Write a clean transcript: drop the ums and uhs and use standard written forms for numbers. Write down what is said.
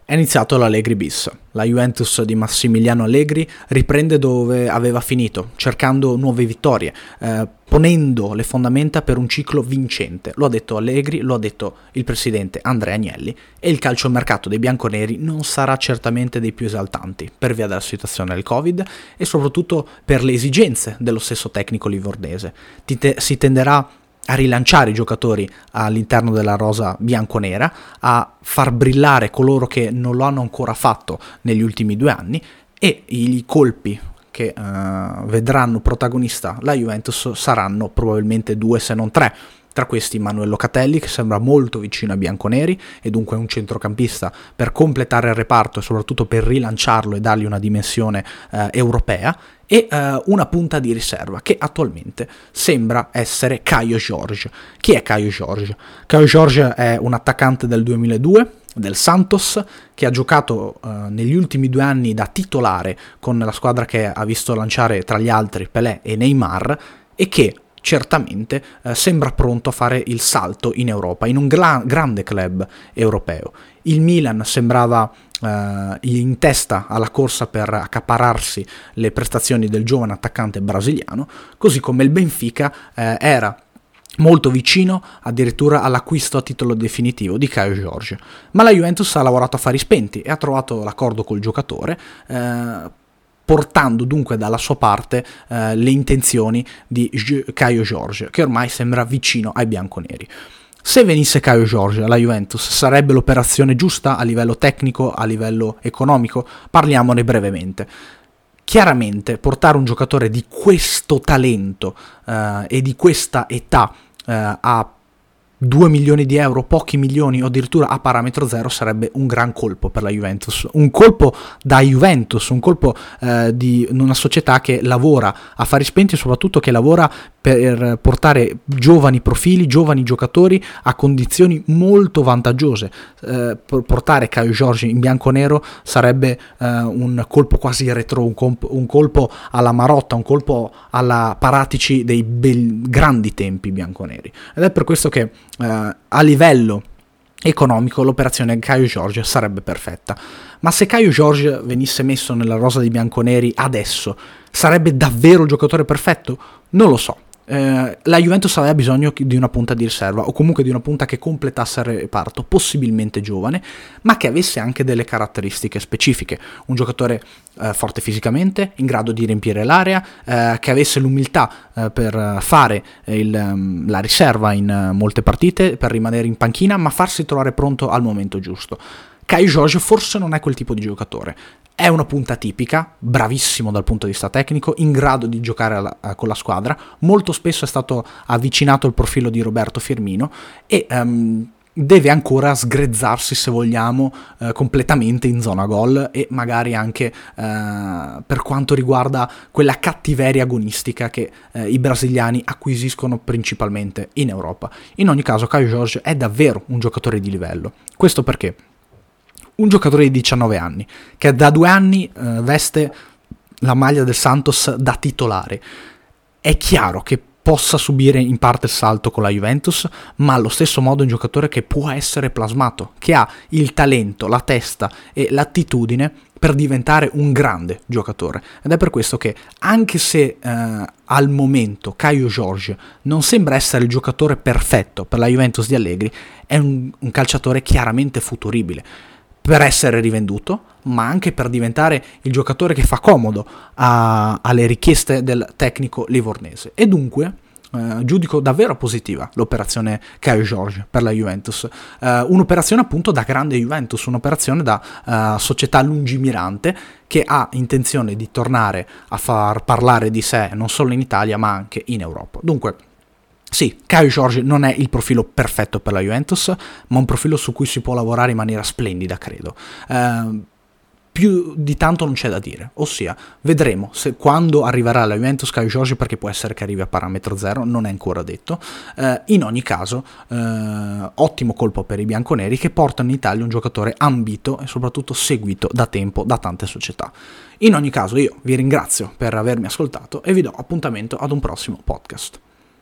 È iniziato l'Allegri bis. La Juventus di Massimiliano Allegri riprende dove aveva finito, cercando nuove vittorie, ponendo le fondamenta per un ciclo vincente. Lo ha detto Allegri, lo ha detto il presidente Andrea Agnelli, e il calciomercato dei bianconeri non sarà certamente dei più esaltanti per via della situazione del Covid e soprattutto per le esigenze dello stesso tecnico livornese. Si tenderà a rilanciare i giocatori all'interno della rosa bianconera, a far brillare coloro che non lo hanno ancora fatto negli ultimi 2 anni, e i colpi che vedranno protagonista la Juventus saranno probabilmente 2 se non 3. Tra questi Manuel Locatelli, che sembra molto vicino ai bianconeri e dunque un centrocampista per completare il reparto e soprattutto per rilanciarlo e dargli una dimensione europea, e una punta di riserva che attualmente sembra essere Caio Jorge. Chi è Caio Jorge? Caio Jorge è un attaccante del 2002 del Santos che ha giocato negli ultimi 2 anni da titolare con la squadra che ha visto lanciare tra gli altri Pelé e Neymar, e che certamente sembra pronto a fare il salto in Europa, in un grande club europeo. Il Milan sembrava in testa alla corsa per accaparrarsi le prestazioni del giovane attaccante brasiliano, così come il Benfica era molto vicino addirittura all'acquisto a titolo definitivo di Caio Jorge. Ma la Juventus ha lavorato a fari spenti e ha trovato l'accordo col giocatore, portando dunque dalla sua parte le intenzioni di Caio Jorge, che ormai sembra vicino ai bianconeri. Se venisse Caio Jorge alla Juventus, sarebbe l'operazione giusta a livello tecnico, a livello economico? Parliamone brevemente. Chiaramente portare un giocatore di questo talento e di questa età a 2 milioni di euro, pochi milioni o addirittura a parametro zero sarebbe un gran colpo per la Juventus, un colpo da Juventus, un colpo di una società che lavora a fari spenti e soprattutto che lavora per portare giovani profili, giovani giocatori a condizioni molto vantaggiose. Portare Caio Jorge in bianconero sarebbe un colpo quasi retro, un colpo alla Marotta, un colpo alla Paratici dei grandi tempi bianconeri, ed è per questo che a livello economico l'operazione Caio Jorge sarebbe perfetta. Ma se Caio Jorge venisse messo nella rosa dei bianconeri adesso, sarebbe davvero il giocatore perfetto? Non lo so. La Juventus aveva bisogno di una punta di riserva, o comunque di una punta che completasse il reparto, possibilmente giovane, ma che avesse anche delle caratteristiche specifiche. Un giocatore forte fisicamente, in grado di riempire l'area, che avesse l'umiltà per fare la riserva in molte partite, per rimanere in panchina, ma farsi trovare pronto al momento giusto. Caio Jorge forse non è quel tipo di giocatore. È una punta tipica, bravissimo dal punto di vista tecnico, in grado di giocare con la squadra, molto spesso è stato avvicinato al profilo di Roberto Firmino e deve ancora sgrezzarsi, se vogliamo, completamente in zona gol e magari anche per quanto riguarda quella cattiveria agonistica che i brasiliani acquisiscono principalmente in Europa. In ogni caso Caio Jorge è davvero un giocatore di livello. Questo perché un giocatore di 19 anni, che da 2 anni veste la maglia del Santos da titolare, è chiaro che possa subire in parte il salto con la Juventus, ma allo stesso modo è un giocatore che può essere plasmato, che ha il talento, la testa e l'attitudine per diventare un grande giocatore. Ed è per questo che, anche se al momento Caio Jorge non sembra essere il giocatore perfetto per la Juventus di Allegri, è un calciatore chiaramente futuribile per essere rivenduto, ma anche per diventare il giocatore che fa comodo alle richieste del tecnico livornese. E dunque giudico davvero positiva l'operazione Caio Jorge per la Juventus, un'operazione appunto da grande Juventus, un'operazione da società lungimirante che ha intenzione di tornare a far parlare di sé non solo in Italia ma anche in Europa. Dunque sì, Caio Jorge non è il profilo perfetto per la Juventus, ma un profilo su cui si può lavorare in maniera splendida, credo. Più di tanto non c'è da dire, ossia vedremo se quando arriverà alla Juventus Caio Jorge, perché può essere che arrivi a parametro zero, non è ancora detto. In ogni caso ottimo colpo per i bianconeri, che portano in Italia un giocatore ambito e soprattutto seguito da tempo da tante società. In ogni caso io vi ringrazio per avermi ascoltato e vi do appuntamento ad un prossimo podcast.